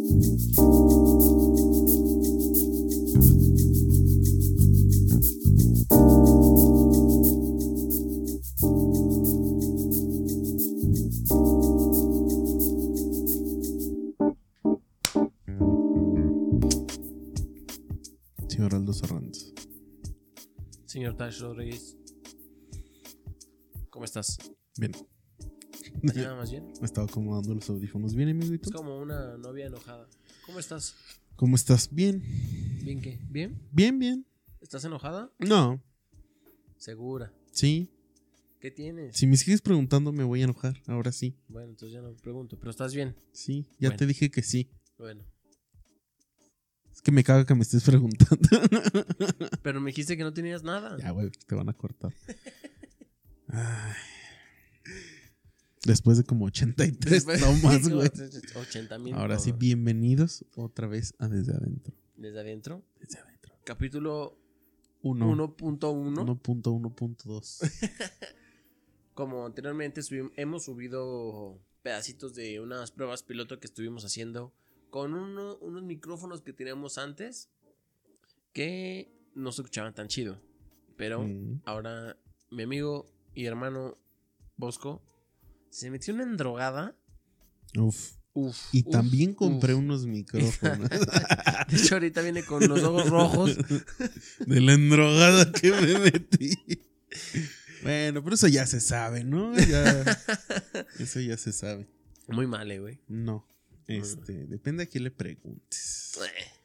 Señor Aldo Sarranz. Señor Tash Rodríguez, ¿cómo estás? Bien. Nada más bien. Me estaba acomodando los audífonos. Bien, amigo, ¿y tú? Es como una novia enojada. ¿Cómo estás? ¿Cómo estás? Bien. ¿Bien qué? ¿Bien? Bien, bien. ¿Estás enojada? No. ¿Segura? Sí. ¿Qué tienes? Si me sigues preguntando, me voy a enojar. Ahora sí. Bueno, entonces ya no pregunto, pero ¿estás bien? Sí, ya Bueno. te dije que sí. Bueno. Es que me caga que me estés preguntando. Pero me dijiste que no tenías nada. Ya, güey, te van a cortar. Ay. Después de como 83 tomas, güey. 80,000. Ahora sí, bienvenidos otra vez a Desde Adentro. ¿Desde adentro? Desde Adentro. Capítulo 1.1. 1.1. 1.1.2. Como anteriormente hemos subido pedacitos de unas pruebas piloto que estuvimos haciendo con unos micrófonos que teníamos antes que no se escuchaban tan chido. Pero ahora mi amigo y hermano Bosco se metió una endrogada. Uf. Y también compré uf. unos micrófonos. De hecho, ahorita viene con los ojos rojos. De la endrogada que me metí. Bueno, pero eso ya se sabe, ¿no? Eso ya se sabe. Muy mal, güey. No. Depende a quién le preguntes.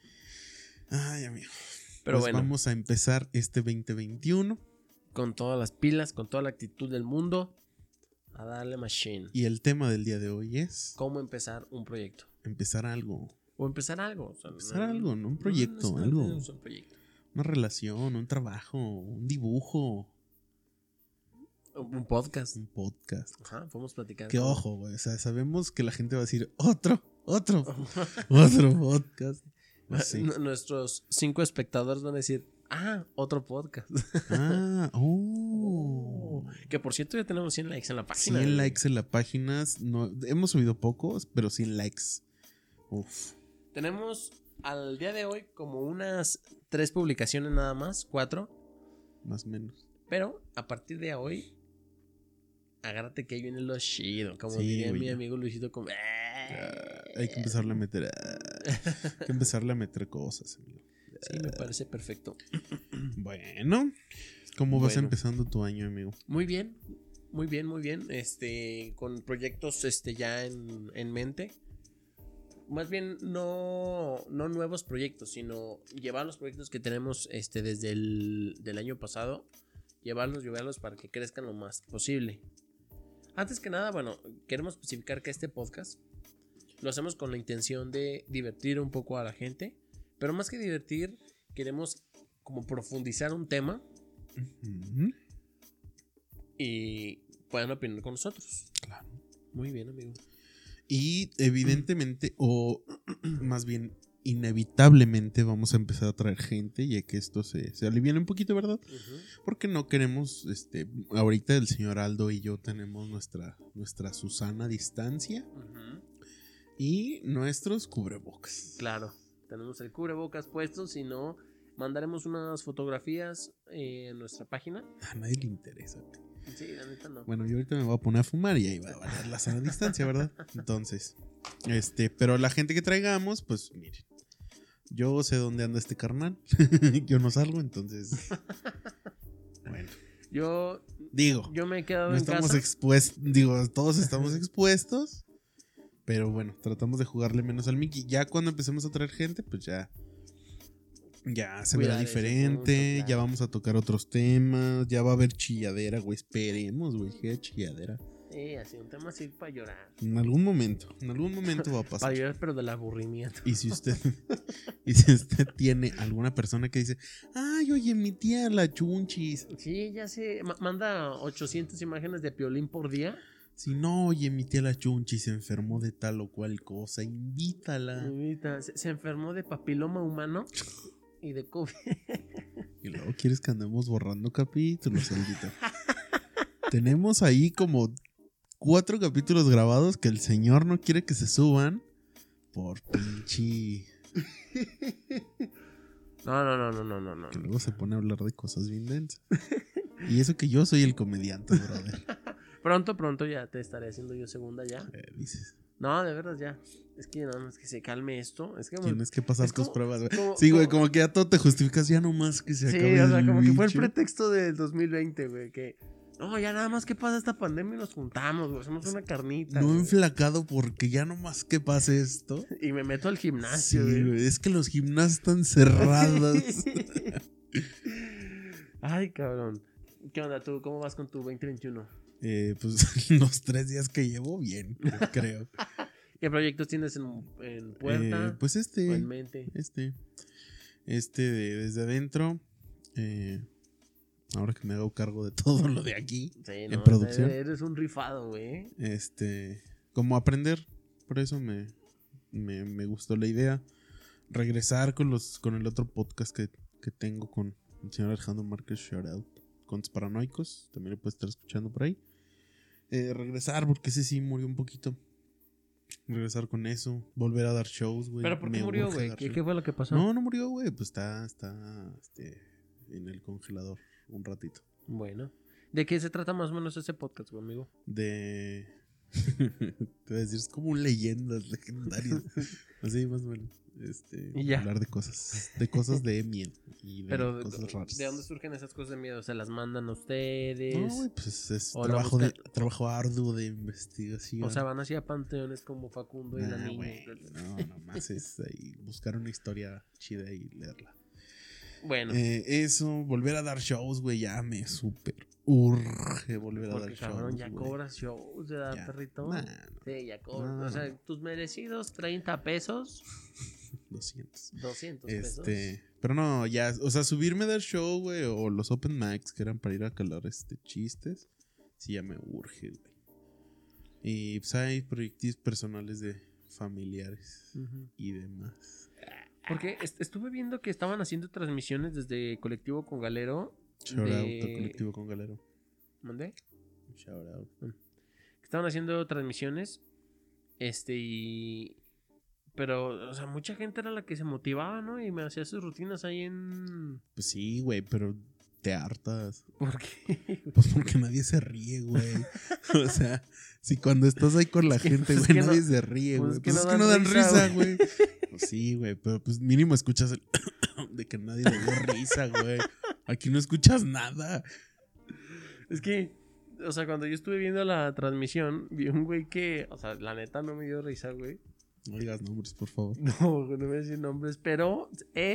Ay, amigo. Pero pues bueno, vamos a empezar este 2021. Con todas las pilas, con toda la actitud del mundo, a darle machine. Y el tema del día de hoy es ¿Cómo empezar un proyecto? empezar algo. O empezar algo. O sea, Empezar algo, ¿no? Un proyecto, algo. No es un proyecto. Una relación, un trabajo, un dibujo. Un podcast. Un podcast. Ajá, podemos platicar. Que ojo, güey. O sea, sabemos que la gente va a decir otro podcast. Sí. Nuestros 5 espectadores van a decir, otro podcast. Que por cierto ya tenemos 100 likes en la página. 100 likes en la página. No, hemos subido pocos, pero 100 likes. Uf. Tenemos al día de hoy como unas 3 publicaciones nada más, 4. Más o menos. Pero a partir de hoy, agárrate que ahí viene lo chido. Como sí, diría güey. Mi amigo Luisito. Como, hay que empezarle a meter. Hay que empezarle a meter cosas, amigo. Sí, me parece perfecto. Bueno, ¿cómo vas empezando tu año, amigo? Muy bien, muy bien, muy bien. Con proyectos ya en mente. Más bien no nuevos proyectos, sino llevar los proyectos que tenemos desde del año pasado, llevarlos para que crezcan lo más posible. Antes que nada, bueno, queremos especificar que este podcast lo hacemos con la intención de divertir un poco a la gente, pero más que divertir, queremos como profundizar un tema y puedan opinar con nosotros. Claro. Muy bien, amigo. Y evidentemente, o más bien inevitablemente, vamos a empezar a traer gente, ya que esto se aliviana un poquito, ¿verdad? Porque no queremos, ahorita el señor Aldo y yo tenemos nuestra Susana a distancia y nuestros cubrebocas. Claro, tenemos el cubrebocas puesto, si no, mandaremos unas fotografías en nuestra página. A nadie le interesa. Sí, la neta no. Bueno, yo ahorita me voy a poner a fumar y ahí va a valer la sana distancia, ¿verdad? Entonces, pero la gente que traigamos, pues miren, yo sé dónde anda este carnal. Yo no salgo, entonces. Bueno. Yo me he quedado no en estamos casa. Todos estamos expuestos. Pero bueno, tratamos de jugarle menos al Mickey. Ya cuando empecemos a traer gente, pues ya se verá diferente, claro. Ya vamos a tocar otros temas, ya va a haber chilladera, güey, esperemos, güey, que chilladera. Sí, así un tema así para llorar. En algún momento va a pasar. Para llorar, pero del aburrimiento. Y si usted tiene alguna persona que dice, ay, oye, mi tía la chunchis. Sí, ya sé, manda 800 imágenes de Piolín por día. Si no, oye, mi tía la chunchis se enfermó de tal o cual cosa, invítala. Se enfermó de papiloma humano. Y de COVID. Y luego quieres que andemos borrando capítulos, Aldito. Tenemos ahí como 4 capítulos grabados que el señor no quiere que se suban por pinche. No. Que luego se pone a hablar de cosas bien densas. Y eso que yo soy el comediante, brother. Pronto ya te estaré haciendo yo segunda ya. Dices. No, de verdad ya. Es que nada más que se calme esto. Es que Tienes que pasar tus como, pruebas, güey. Sí, güey, como que ya todo te justificas ya nomás que se acabe. Sí, o sea, como bicho. que fue el pretexto del 2020, güey. Que no, ya nada más que pasa esta pandemia y nos juntamos, güey. Hacemos una carnita. No güey. enflacado porque ya nomás que pase esto. Y me meto al gimnasio, Sí, güey. güey. Es que los gimnasios están cerrados. Ay, cabrón. ¿Qué onda tú? ¿Cómo vas con tu 2021? Pues los 3 días que llevo, bien, creo. ¿Qué proyectos tienes en puerta? Pues o en mente. Desde adentro. Ahora que me hago cargo de todo lo de aquí. Sí, en producción. Eres un rifado, güey. Como aprender. Por eso me gustó la idea. Regresar con el otro podcast que tengo con el señor Alejandro Márquez, shout out. Con los Paranoicos. También lo puedes estar escuchando por ahí. Regresar, porque ese sí murió un poquito. Regresar con eso. Volver a dar shows, güey. ¿Pero por qué murió, güey? ¿Qué fue lo que pasó? No murió, güey. Pues está en el congelador un ratito. Bueno. ¿De qué se trata más o menos ese podcast, güey, amigo? Te voy a decir, es como leyendas legendarias. Así, más o menos. Y ya. Hablar de cosas de miedo y de Pero cosas raras. ¿de dónde surgen esas cosas de miedo? ¿Se las mandan a ustedes? No, güey, pues es ¿O trabajo arduo de investigación. O sea, van así a panteones como Facundo y la niña. Güey, no, nomás es ahí buscar una historia chida y leerla. Bueno. Eso, volver a dar shows, güey, ya me súper urge volver a dar shows. Cabrón, ya güey. cobras shows, ¿verdad, perrito? Nah, sí, ya cobras. No. O sea, tus merecidos 30 pesos. 200 pesos. Pero no, ya, o sea, subirme a dar show, güey, o los open mics que eran para ir a calar chistes, sí ya me urge, güey. Y pues hay proyectos personales de familiares y demás. Porque estuve viendo que estaban haciendo transmisiones desde Colectivo con Galero. Shout out al Colectivo con Galero. ¿Mandé? Shout out. Estaban haciendo transmisiones. Pero, o sea, mucha gente era la que se motivaba, ¿no? Y me hacía sus rutinas ahí en... Pues sí, güey, pero te hartas. ¿Por qué? Pues porque nadie se ríe, güey. O sea, si cuando estás ahí con la gente, güey, nadie se ríe, güey. Pues es que no dan risa, güey. Pues sí, güey, pero pues mínimo escuchas el de que nadie le dio risa, güey. Aquí no escuchas nada. Es que, o sea, cuando yo estuve viendo la transmisión, vi un güey que, o sea, la neta no me dio risa, güey. No digas nombres, por favor. No voy a decir nombres, pero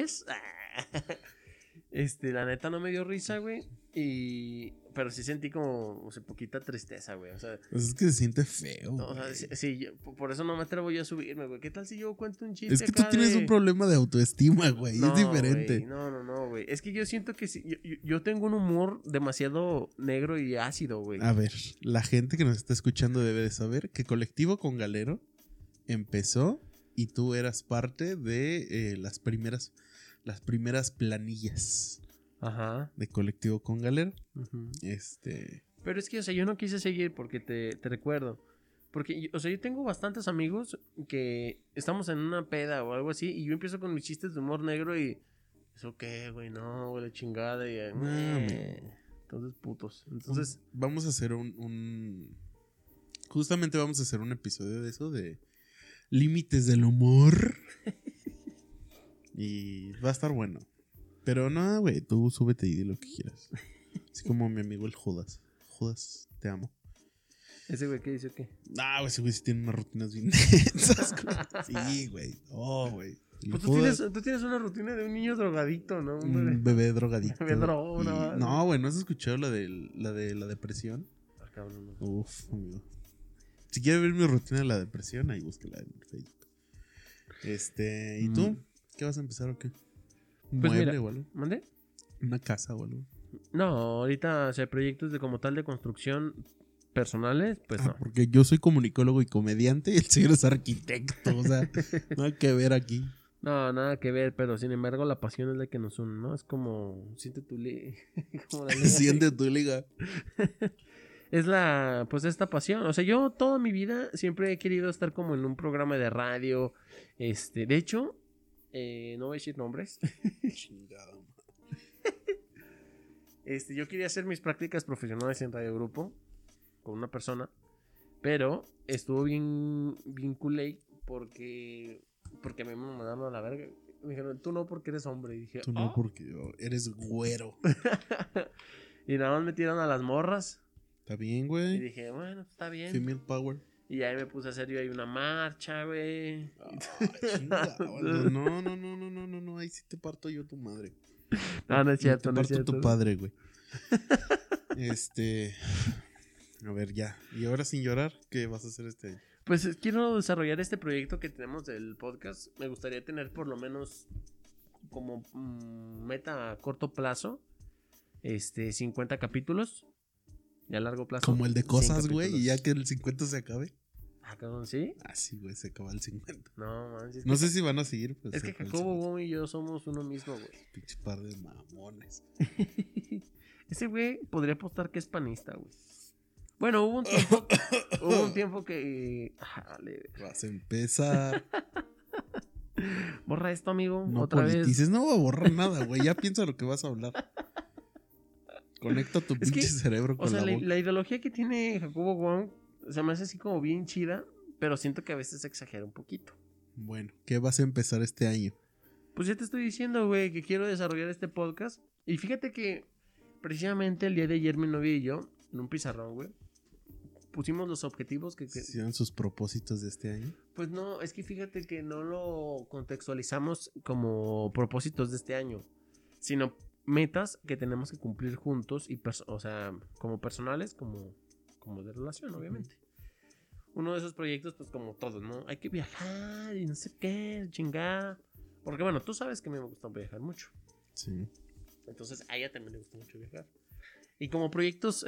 la neta no me dio risa, güey. Pero sí sentí como, o sea, poquita tristeza, güey. O sea, pues es que se siente feo. No, o sea, sí, por eso no me atrevo yo a subirme, güey. ¿Qué tal si yo cuento un chiste? Es que tú tienes un problema de autoestima, güey. No, es diferente. Güey, no, güey. Es que yo siento que yo tengo un humor demasiado negro y ácido, güey. A ver, la gente que nos está escuchando debe de saber que Colectivo con Galero empezó y tú eras parte de las primeras planillas. Ajá. De Colectivo con Galero. Pero es que, o sea, yo no quise seguir porque te recuerdo. Porque, o sea, yo tengo bastantes amigos que estamos en una peda o algo así y yo empiezo con mis chistes de humor negro y... ¿Eso qué, güey? No, güey, la chingada y... Entonces, putos. Entonces... Vamos a hacer justamente vamos a hacer un episodio de eso, de límites del humor. Y va a estar bueno. Pero no, güey, tú súbete y di lo que quieras. Así como mi amigo el Judas. Judas, te amo. ¿Ese güey qué dice o qué? Ah, güey, ese güey sí tiene unas rutinas bien densas. Sí, güey. Oh, güey. Pues tú tienes una rutina de un niño drogadito, ¿no? Un bebé drogadito. Bebé droga, no, güey, ¿no has escuchado la de la depresión? Ah, cabrón, no. Uf, amigo. Si quieres ver mi rutina de la depresión, ahí búsquela en Facebook. ¿Y tú? ¿Qué vas a empezar o qué? ¿Un pues mueble mira, o algo? ¿mande? ¿Una casa o algo? No, ahorita, o sea, proyectos de como tal de construcción personales, pues no. Porque yo soy comunicólogo y comediante y el señor es arquitecto, o sea, nada que ver aquí. No, nada que ver, pero sin embargo la pasión es la que nos une, ¿no? Es como, siente tu liga. Siente tu liga. es pues esta pasión. O sea, yo toda mi vida siempre he querido estar como en un programa de radio. De hecho, no voy a decir nombres. Chingado. Yo quería hacer mis prácticas profesionales en Radio Grupo con una persona, pero estuvo bien culé porque me mandaron a la verga. Me dijeron, tú no porque eres hombre. Y dije, Tú no porque eres güero. Y nada más me tiraron a las morras. Está bien, Y güey. dije, bueno, está bien. Female power. Y ahí me puse a hacer yo ahí una marcha, güey. No, ahí sí te parto yo tu madre. No es cierto, te no es parto cierto. tu padre, güey. A ver, ya. Y ahora sin llorar, ¿qué vas a hacer este año? Pues quiero desarrollar este proyecto que tenemos del podcast. Me gustaría tener por lo menos como meta a corto plazo 50 capítulos. Y a largo plazo. Como el de cosas, 100 güey, y ya capítulos. que el 50 se acabe. Ah, cabrón, ¿sí? Ah, sí, güey, se acaba el 50. No, manches. No sé si van a seguir, pues. Es que Jacobo, Gómez y yo somos uno mismo, güey. Pinche par de mamones. Ese güey podría apostar que es panista, güey. Bueno, hubo un tiempo que... Vas a empezar. Borra esto, amigo. No otra vez. politices, no voy a borrar nada, güey. Ya piensa lo que vas a hablar. Conecta tu pinche cerebro con la boca. La ideología que tiene Jacobo Wong se me hace así como bien chida, pero siento que a veces exagera un poquito. Bueno, ¿qué vas a empezar este año? Pues ya te estoy diciendo, güey, que quiero desarrollar este podcast. Y fíjate que precisamente el día de ayer mi novia y yo, en un pizarrón, güey, pusimos los objetivos que ¿Hicieron sus propósitos de este año? Pues no, es que fíjate que no lo contextualizamos como propósitos de este año, sino metas que tenemos que cumplir juntos y o sea, como personales, como de relación, obviamente. Uno de esos proyectos, pues como todos, ¿no? Hay que viajar y no sé qué, chingada. Porque bueno, tú sabes que a mí me gusta viajar mucho. Sí. Entonces a ella también le gusta mucho viajar. Y como proyectos,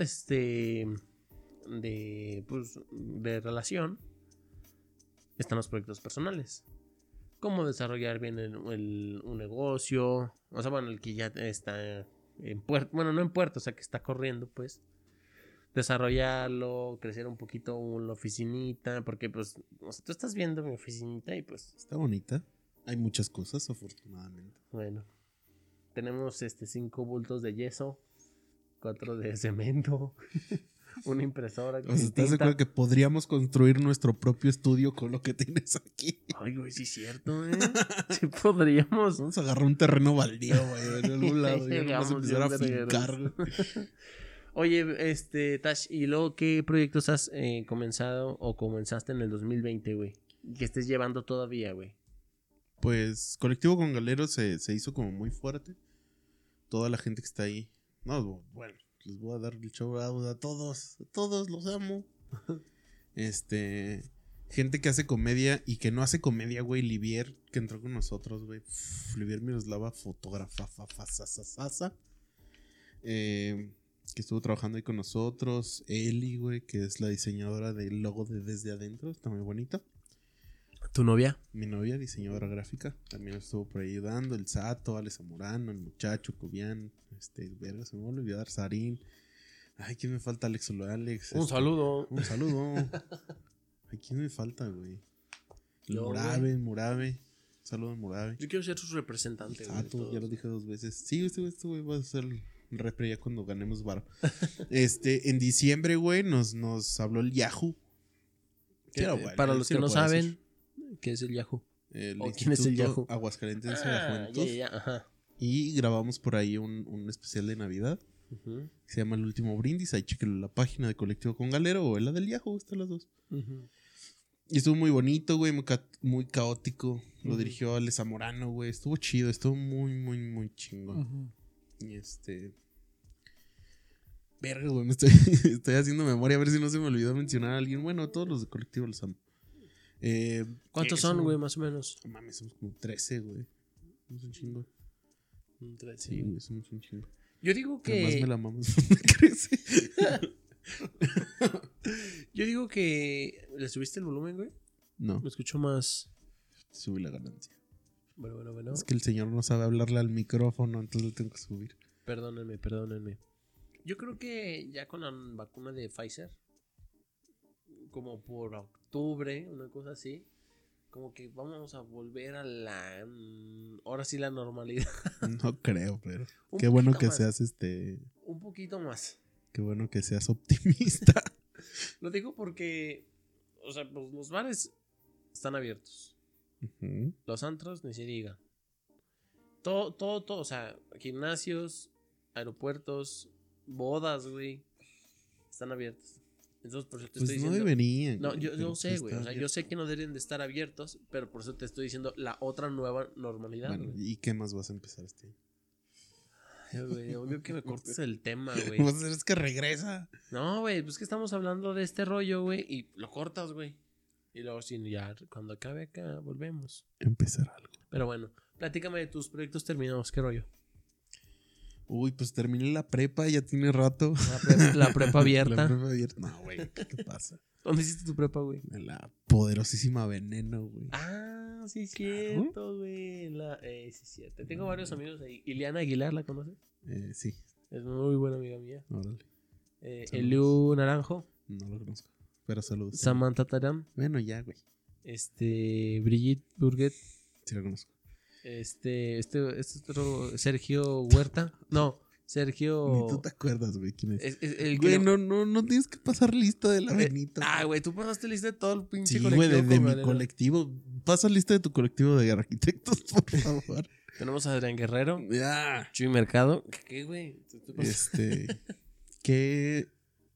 de relación, están los proyectos personales. Cómo desarrollar bien un negocio. O sea, bueno, el que ya está en puerto. Bueno, no en puerto, o sea, que está corriendo, pues. Desarrollarlo, crecer un poquito la oficinita. Porque, pues, o sea, tú estás viendo mi oficinita y, pues. Está bonita. Hay muchas cosas, afortunadamente. Bueno, tenemos 5 bultos de yeso, 4 de cemento. Una impresora. O sea, ¿estás de acuerdo que podríamos construir nuestro propio estudio con lo que tienes aquí? Ay, güey, sí es cierto, ¿eh? Sí podríamos. Vamos a agarrar un terreno baldío, güey, en algún lado. Y vamos a empezar a fincar, güey. Oye, Tash, ¿y luego qué proyectos has comenzado o comenzaste en el 2020, güey? Que estés llevando todavía, güey. Pues Colectivo con Galero se hizo como muy fuerte. Toda la gente que está ahí. No, bueno, les voy a dar el show a todos los amo. Gente que hace comedia y que no hace comedia, güey. Livier, que entró con nosotros, güey. Livier Miroslava, fotógrafa, que estuvo trabajando ahí con nosotros. Eli, güey, que es la diseñadora del logo de Desde Adentro. Está muy bonito. ¿Tu novia? Mi novia, diseñadora gráfica, también estuvo por ahí ayudando. El Sato, Ale Zamorano, el muchacho, Cubián, verga, se me va a olvidar, Sarín. Ay, ¿quién me falta? Alex Alex. Un saludo. Un saludo. Ay, ¿quién me falta, güey? El Yo, Murabe. Un saludo al Murabe. Yo quiero ser su representante, güey. Sato, ya lo dije 2 veces. Sí, este güey va a ser el repre ya cuando ganemos varo. En diciembre, güey, nos habló el Yahoo. Para los que no saben, ¿qué es el Yahoo? ¿O quién es el Yahoo? Aguascalientes de la Juventud. Ajá. Y grabamos por ahí un especial de Navidad. Uh-huh. Se llama El Último Brindis. Ahí chequen la página de Colectivo con Galero o la del Yahoo, están las dos. Uh-huh. Y estuvo muy bonito, güey, muy caótico. Lo dirigió Ale Zamorano, güey. Estuvo chido, estuvo muy, muy, muy chingón. Uh-huh. Y verga, güey, estoy haciendo memoria a ver si no se me olvidó mencionar a alguien. Bueno, todos los de Colectivo los amo. ¿Cuántos son, güey, más o menos? No mames, somos como 13, güey. Somos un chingo. 13. Sí, güey, somos un chingo. Yo digo que... Además me la amamos, me crece. Yo digo que... ¿Le subiste el volumen, güey? No. Me escucho más... Subí la ganancia. Bueno. Es que el señor no sabe hablarle al micrófono, entonces le tengo que subir. Perdónenme. Yo creo que ya con la vacuna de Pfizer, como por octubre, una cosa así, como que vamos a volver a ahora sí la normalidad. No creo, pero Un qué bueno poquito que más. seas Un poquito más. qué bueno que seas optimista. Lo digo porque, o sea, pues los bares están abiertos. Ujú. Los antros, ni se diga. Todo, o sea, gimnasios, aeropuertos, bodas, güey, están abiertos. Entonces, por eso te Pues estoy no diciendo. deberían. No, güey, yo pero sé, pues güey. está O sea, yo abierto. sé que no deberían de estar abiertos, pero por eso te estoy diciendo la otra nueva normalidad, Bueno, güey. ¿y qué más vas a empezar este año? Ay, güey, obvio que me cortes el tema, güey. Pues es que regresa. No, güey, pues que estamos hablando de este rollo, güey, y lo cortas, güey. Y luego, si ya, cuando acabe acá, volvemos. Empezar algo. Pero bueno, platícame de tus proyectos terminados, ¿qué rollo? Uy, pues terminé la prepa, ya tiene rato. La prepa abierta. La prepa abierta. No, güey, ¿qué pasa? ¿Dónde hiciste tu prepa, güey? En la poderosísima Veneno, güey. Ah, sí es cierto, güey. Sí es cierto. Tengo varios amigos ahí. Ileana Aguilar, ¿la conoces? Sí, Es muy buena amiga mía. órale. Eliu Naranjo, No lo conozco. Pero saludos. Samantha Taram, Bueno, ya, güey. Brigitte Burguet, Sí lo conozco. este otro Sergio Huerta. No, Sergio. Ni tú te acuerdas, güey, quién es. Es el Güey, que no tienes que pasar lista de la Benito. güey, tú pasaste lista de todo el pinche Sí, colectivo. güey, de mi comadre. colectivo. Pasa lista de tu colectivo de arquitectos, por favor. Tenemos a Adrián Guerrero, Ya. Chuy Mercado. ¿Qué, güey? ¿Qué?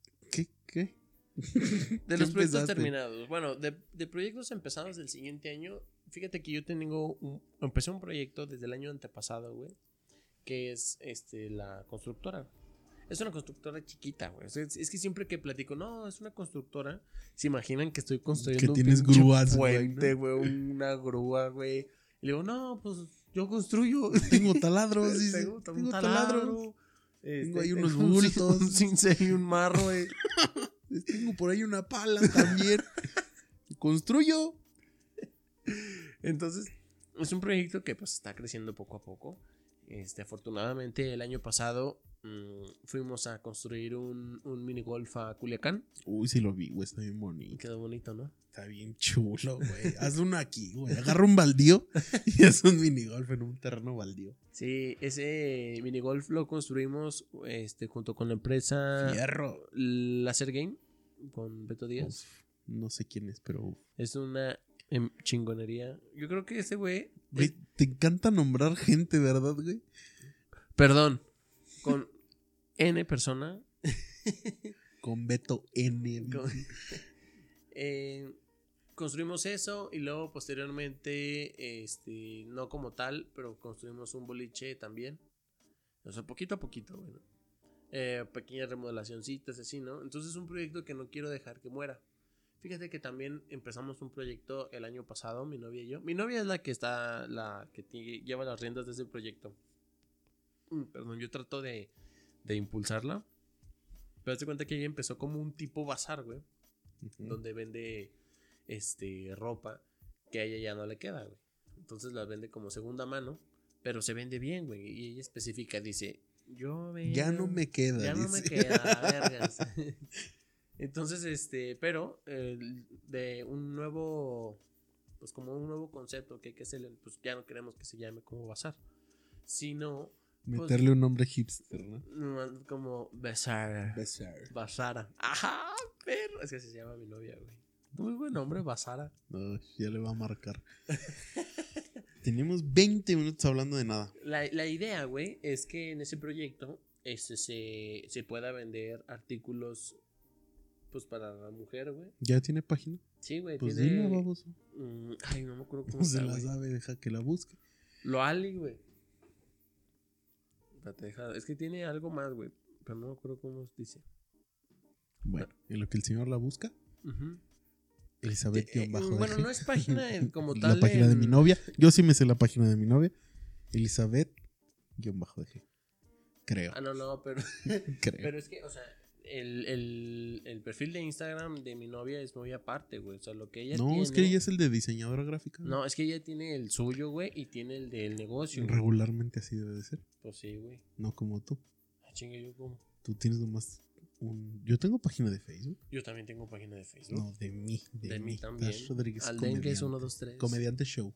De los ¿Qué proyectos empezaste? terminados. Bueno, de proyectos empezados del siguiente año, fíjate que yo empecé un proyecto desde el año antepasado, güey, que es la constructora. Es una constructora chiquita, güey. O sea, es que siempre que platico, no, es una constructora, se imaginan que estoy construyendo Que tienes un pinche grúas, güey, puente, ¿no? güey, una grúa, güey. Y le digo, no, pues yo construyo. Tengo taladros, dice. Tengo un Tengo taladro. taladros. Tengo ahí unos tengo un bultos. cincel y un marro, güey. Tengo por ahí una pala también. Construyo. Entonces, es un proyecto que pues está creciendo poco a poco. Afortunadamente, el año pasado fuimos a construir un mini golf a Culiacán. Uy, sí lo vi, güey. Está bien bonito. Quedó bonito, ¿no? Está bien chulo, güey. Haz uno aquí, güey. Agarra un baldío y haz un minigolf en un terreno baldío. Sí, ese mini golf lo construimos junto con la empresa Fierro. Laser Game con Beto Díaz. Uf, no sé quién es, pero... Es una chingonería. Yo creo que ese güey... Güey, te encanta nombrar gente, ¿verdad, güey? Perdón, con N persona. Con Beto N. Con- construimos eso y luego posteriormente, no como tal, pero construimos un boliche también. O sea, poquito a poquito, bueno. Pequeñas remodelacioncitas, así, ¿no? Entonces es un proyecto que no quiero dejar que muera. Fíjate que también empezamos un proyecto el año pasado, mi novia y yo. Mi novia es la que lleva las riendas de ese proyecto. Perdón, yo trato de impulsarla. Pero hazte cuenta que ella empezó como un tipo bazar, güey. Donde vende ropa que a ella ya no le queda, güey. Entonces la vende como segunda mano, pero se vende bien, güey. Y ella especifica, dice, yo veo, Ya no me queda, ya no me dice. queda, vergas. Entonces, pero de un nuevo, pues como un nuevo concepto que hay que hacerle, pues ya no queremos que se llame como bazar, sino Meterle un nombre hipster, ¿no? como Bazara. Bazar. Bazara. Ajá, perro. Es que se llama mi novia, güey. Muy buen nombre, Bazara. No, ya le va a marcar. Tenemos 20 minutos hablando de nada. La idea, güey, es que en ese proyecto se pueda vender artículos pues para la mujer, güey. ¿Ya tiene página? Sí, güey. Pues tiene... dime, baboso. Ay, no me acuerdo cómo No se está, la güey. sabe, deja que la busque. Lo Ali, güey. Espérate, es que tiene algo más, güey. Pero no me acuerdo cómo dice. Bueno, en lo que el señor la busca, Ujú. Elizabeth-bajo. Bueno, no es página como La tal. página de mi novia. Yo sí me sé la página de mi novia. Elizabeth-DG. Creo. Ah, no, pero. Creo. Pero es que, o sea, el perfil de Instagram de mi novia es muy aparte, güey. O sea, lo que ella No, tiene. es que ella es el de diseñadora gráfica. No, es que ella tiene el suyo, güey, y tiene el del negocio. güey. Regularmente así debe de ser. Pues sí, güey. No como tú. Ah, chingue, yo como. Tú tienes nomás Yo tengo página de Facebook. Yo también tengo página de Facebook. No, de mí. De mí también. Tash Rodríguez, Aldengue es 123. Comediante show.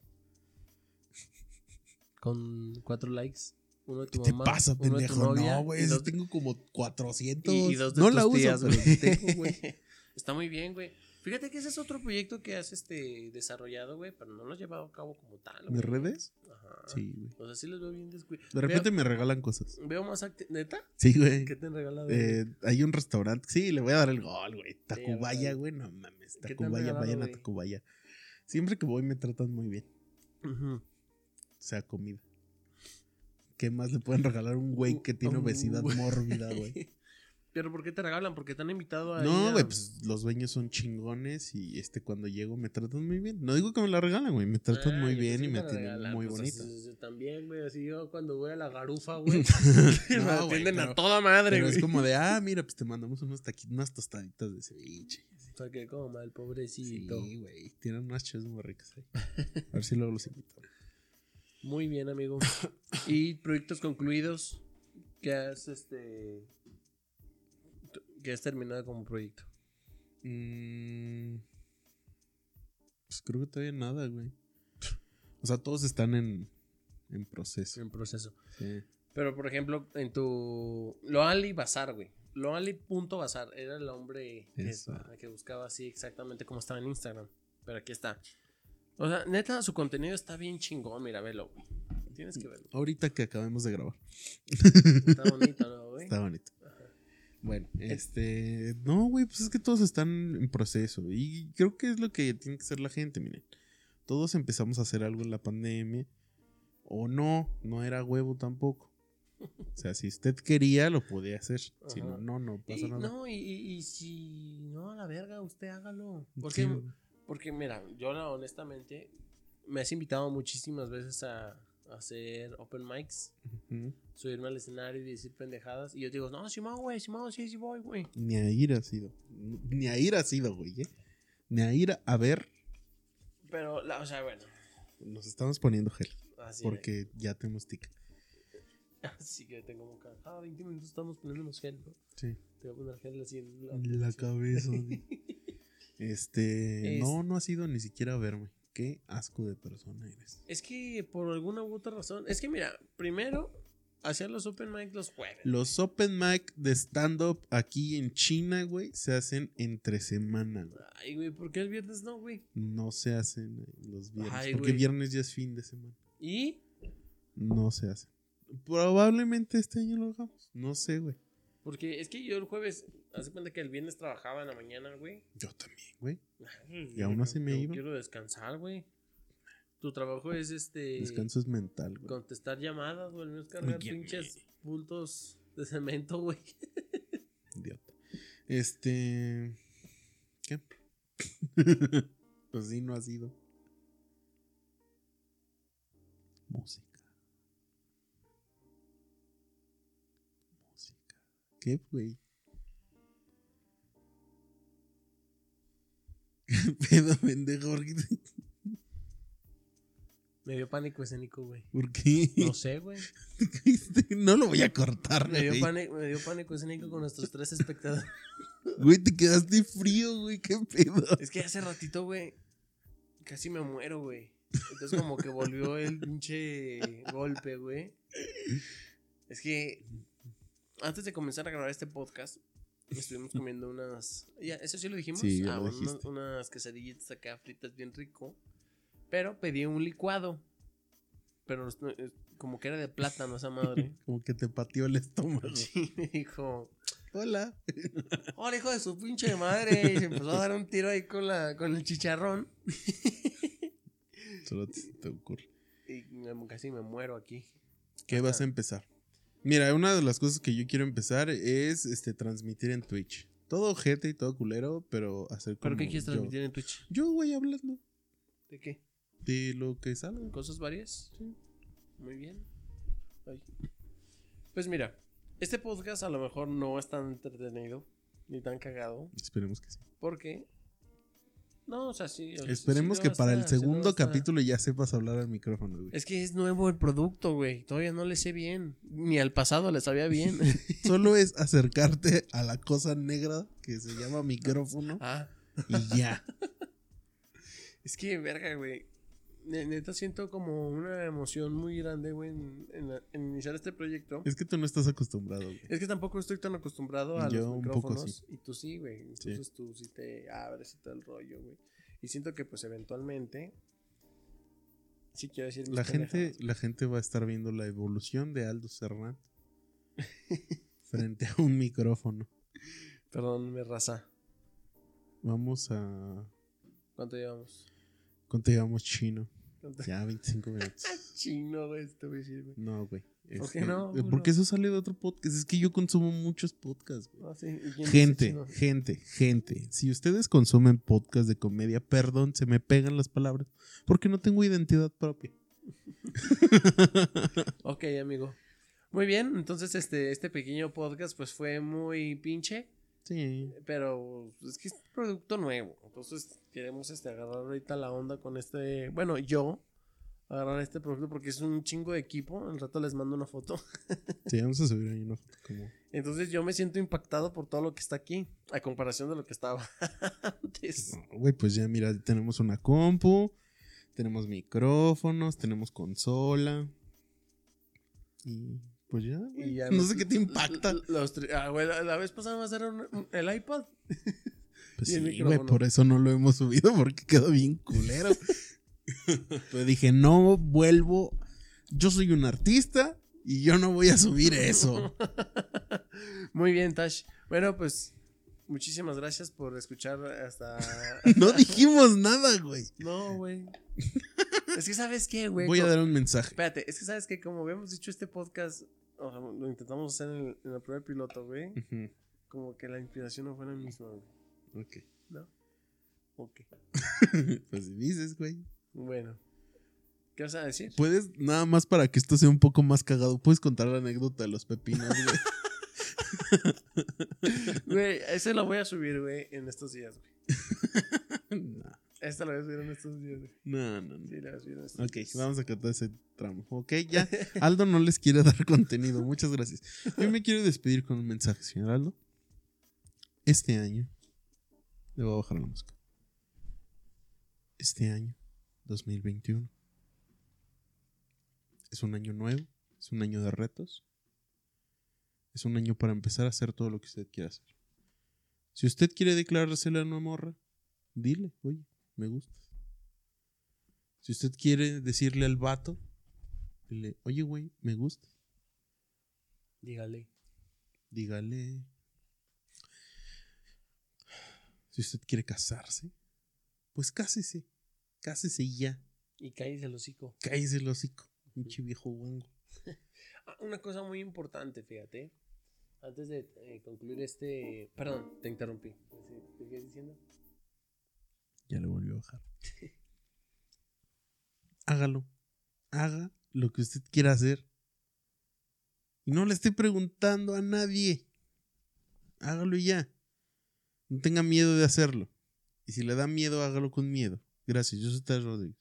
Con 4 likes. Uno de tu ¿Qué te mamá, pasa, uno de tu pendejo? novia, No, güey. y Yo dos- tengo como 400. y dos de no tus la uso, tías, pero güey. sí tengo, güey. Está muy bien, güey. Fíjate que ese es otro proyecto que has desarrollado, güey, pero no lo has llevado a cabo como tal, güey. ¿Mis redes? Ajá. Sí, güey. O sea, sí los veo bien descuidados. De repente me regalan cosas. Veo más ¿Neta? Sí, güey. ¿Qué te han regalado? Hay un restaurante. Sí, le voy a dar el gol, güey. Tacubaya, ¿verdad? güey. No mames. ¿Qué te han Tacubaya, regalado, vayan a güey? Tacubaya. Siempre que voy me tratan muy bien. Ujú. O sea, comida. ¿Qué más le pueden regalar a un güey que tiene obesidad güey. mórbida, güey? ¿Pero por qué te regalan? Porque te han invitado a ir No, a- güey, pues los dueños son chingones y cuando llego me tratan muy bien. No digo que me la regalan, güey, me tratan muy yo bien pensé y que me la atienden regalan, muy pues, bonito. así, también, güey, así yo cuando voy a la garufa, güey, me No, güey, atienden pero- a toda madre, Pero güey. es como de, mira, pues te mandamos unas tostaditas de ceviche. O sea, que como mal, pobrecito. Sí, güey, tienen unas chas muy ricas ahí. A ver si luego los invito. Muy bien, amigo. ¿Y proyectos concluidos que has, que has terminado como proyecto? Pues creo que todavía nada, güey. O sea, todos están en proceso. En proceso. Sí. Pero, por ejemplo, en tu... Loali Bazar, güey. Loali.bazar era el hombre Eso. que buscaba así exactamente como estaba en Instagram. Pero aquí está. O sea, neta, su contenido está bien chingón. Mira, velo, güey. Tienes que verlo. Ahorita que acabemos de grabar. Está bonito, ¿no, güey? Está bonito. Bueno, no, güey, pues es que todos están en proceso. Y creo que es lo que tiene que hacer la gente, miren. Todos empezamos a hacer algo en la pandemia. O no era huevo tampoco. O sea, si usted quería, lo podía hacer. Si Ajá. no pasa nada. No, y si no, a la verga, usted hágalo. ¿Por Sí. qué? Porque, mira, yo honestamente me has invitado muchísimas veces a hacer open mics, Ujú. subirme al escenario y decir pendejadas. Y yo digo, no, Simón, güey, Simón, sí voy, güey. Ni a ir ha sido. Ni a ir ha sido, güey, Ni a ir a ver. Pero, o sea, bueno. Nos estamos poniendo gel. Así Porque ya tenemos tic. Así que tengo como cada 20 minutos estamos poniéndonos gel, ¿no? Sí. Te voy a poner gel así en La cabeza. güey. No ha sido ni siquiera a verme. Qué asco de persona eres. Es que por alguna u otra razón. Es que mira, primero hacían los open mic los jueves. Los open mic de stand-up aquí en China, güey, se hacen entre semana, güey. Ay, güey, ¿por qué el viernes no, güey? No se hacen los viernes. Ay, porque güey. viernes ya es fin de semana. ¿Y? No se hacen. Probablemente este año lo hagamos. No sé, güey. Porque es que yo el jueves, hace cuenta que el viernes trabajaba en la mañana, güey. Yo también, güey. Ay, Y aún así me yo iba. quiero descansar, güey. Tu trabajo es Descanso es mental, güey. contestar llamadas, güey. No es cargar Oye, pinches bultos de cemento, güey. Idiota. ¿Qué? Pues sí, no ha sido. Música. ¿Qué, güey? ¿Qué pedo, pendejo? Me dio pánico escénico, güey. ¿Por qué? No sé, güey. No lo voy a cortar, Me dio, güey. me dio pánico escénico con nuestros 3 espectadores. Güey, te quedaste frío, güey. ¿Qué pedo? Es que hace ratito, güey, casi me muero, güey. Entonces como que volvió el pinche golpe, güey. Es que antes de comenzar a grabar este podcast, estuvimos comiendo unas... ¿Ya, ¿eso sí lo dijimos? Sí, ya lo bueno, dijiste. unas quesadillitas acá fritas bien rico. Pero pedí un licuado. Pero como que era de plátano esa madre. Como que te pateó el estómago. Sí, me dijo... Hola. Hola, hijo de su pinche madre. Y se empezó a dar un tiro ahí con el chicharrón. Solo te ocurre. Y casi me muero aquí. ¿Qué vas a empezar? Mira, una de las cosas que yo quiero empezar es transmitir en Twitch. Todo ojete y todo culero, pero hacer como ¿Pero qué quieres yo. transmitir en Twitch? Yo voy hablando ¿De qué? de lo que salga. ¿Cosas varias? Sí. Muy bien. Ay. Pues mira, este podcast a lo mejor no es tan entretenido ni tan cagado Esperemos que sí. porque No, o sea, sí. O sea, Esperemos sí que lo para el está, sí lo segundo está. capítulo ya sepas hablar al micrófono, güey. Es que es nuevo el producto, güey. Todavía no le sé bien. Ni al pasado le sabía bien. Solo es acercarte a la cosa negra que se llama micrófono Ah. y ya. Es que, verga, güey. Neta siento como una emoción muy grande, güey, en iniciar este proyecto. Es que tú no estás acostumbrado, güey. Es que tampoco estoy tan acostumbrado a Yo los un poco micrófonos. sí. Y tú sí, güey. Entonces tú sí te abres y todo el rollo, güey. Y siento que, pues, eventualmente. Sí quiero decir mis pendejadas. La gente va a estar viendo la evolución de Aldo Serrán frente a un micrófono. Perdón, me raza. Vamos a... ¿Cuánto llevamos? ¿Cuánto llevamos, chino? ¿Cuánto? Ya, 25 minutos. Chino, güey, te voy a decir, güey. No, güey. ¿Por qué no? Porque eso sale de otro podcast. Es que yo consumo muchos podcasts, güey. Ah, sí. ¿Y quién dice Gente. Si ustedes consumen podcast de comedia, perdón, se me pegan las palabras. Porque no tengo identidad propia. Ok, amigo. Muy bien, entonces este pequeño podcast pues fue muy pinche. Sí. Pero es que es un producto nuevo. Entonces queremos agarrar ahorita la onda con este. Bueno, yo agarrar este producto porque es un chingo de equipo. Al rato les mando una foto. Sí, vamos a subir ahí una foto como... Entonces yo me siento impactado por todo lo que está aquí. A comparación de lo que estaba antes. No, güey, pues ya mira, tenemos una compu, tenemos micrófonos, tenemos consola. Y pues ya, güey. Y ya No sé qué te impacta. Güey, la vez pasada me hacer el iPad. Pues y el sí, güey, micrófono. por eso no lo hemos subido porque quedó bien culero. Pues dije, no vuelvo. Yo soy un artista y yo no voy a subir eso. Muy bien, Tash. Bueno, pues muchísimas gracias por escuchar hasta... No dijimos nada, güey. No, güey. Es que ¿sabes qué, güey? Voy a dar un mensaje. Espérate, es que ¿sabes qué? Como habíamos dicho este podcast, o sea, lo intentamos hacer en el primer piloto, güey. Ujú. Como que la inspiración no fue la misma, güey. Ok. ¿No? Ok. Pues si dices, güey. Bueno. ¿Qué vas a decir? Puedes, nada más para que esto sea un poco más cagado, puedes contar la anécdota de los pepinos, güey. Güey, ese lo voy a subir, güey, en estos días, güey. No, Esta lo voy a subir en estos días, güey. no. Sí, la voy a subir en estos Ok, días. vamos a cortar ese tramo. Ok, ya. Aldo no les quiere dar contenido. Muchas gracias. Yo me quiero despedir con un mensaje, señor Aldo. Este año. Le voy a bajar la música. Este año, 2021. Es un año nuevo. Es un año de retos. Es un año para empezar a hacer todo lo que usted quiera hacer. Si usted quiere declarársela a una morra, dile, oye, me gustas. Si usted quiere decirle al vato, dile, oye, güey, me gusta. Dígale. Dígale. Si usted quiere casarse, pues cásese. Cásese y ya. Y cállese el hocico. Cállese el hocico. Pinche viejo guango. Una cosa muy importante, fíjate. Antes de concluir este... Perdón, te interrumpí. ¿Qué estás diciendo? Ya le volvió a bajar. Hágalo. Haga lo que usted quiera hacer. Y no le esté preguntando a nadie. Hágalo y ya. No tenga miedo de hacerlo. Y si le da miedo, hágalo con miedo. Gracias, yo soy Tash Rodríguez.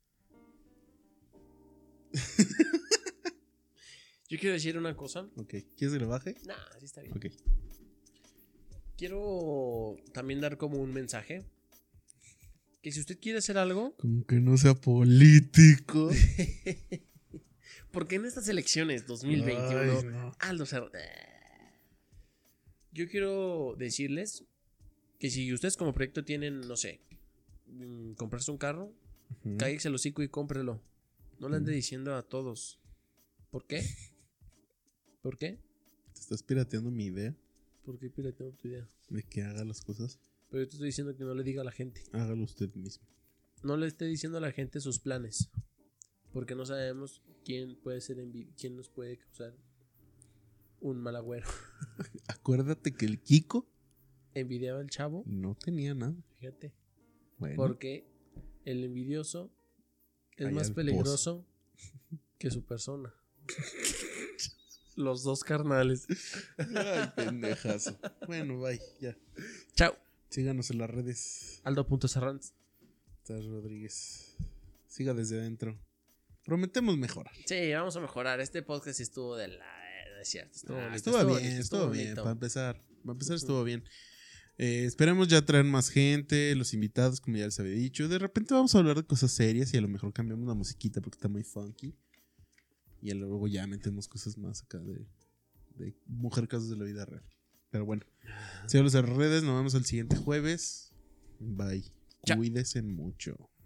Yo quiero decir una cosa. Ok, ¿quieres que le baje? Nah, así está bien. Ok. Quiero también dar como un mensaje. Que si usted quiere hacer algo... Como que no sea político. Porque en estas elecciones 2021... Ay, no. Aldo Serrano... Yo quiero decirles que si ustedes como proyecto tienen, no sé, comprarse un carro, cállese el hocico y cómprelo. No le ande diciendo a todos. ¿Por qué? ¿Por qué? ¿Te estás pirateando mi idea ¿Por qué pirateando tu idea? de que haga las cosas? Pero yo te estoy diciendo que no le diga a la gente. Hágalo usted mismo. No le esté diciendo a la gente sus planes. Porque no sabemos quién puede ser quién nos puede causar un mal agüero. Acuérdate que el Kiko Envidiaba al chavo, no tenía nada. fíjate. Bueno, Porque el envidioso es Allá más el peligroso que su persona. Los dos carnales. ay, pendejazo. Bueno, bye, ya. Chao. Síganos en las redes. Aldo.Sarranz. Taz Rodríguez. Siga desde adentro. Prometemos mejorar. Sí, vamos a mejorar. Este podcast sí estuvo de la... Es cierto, estuvo bonito. Estuvo bien. Para empezar estuvo bien. Esperemos ya traer más gente, los invitados, como ya les había dicho. De repente vamos a hablar de cosas serias y a lo mejor cambiamos la musiquita porque está muy funky. Y luego ya metemos cosas más acá de mujer casos de la vida real. Pero bueno, síganos en redes, nos vemos el siguiente jueves. Bye. Chao. Cuídense mucho.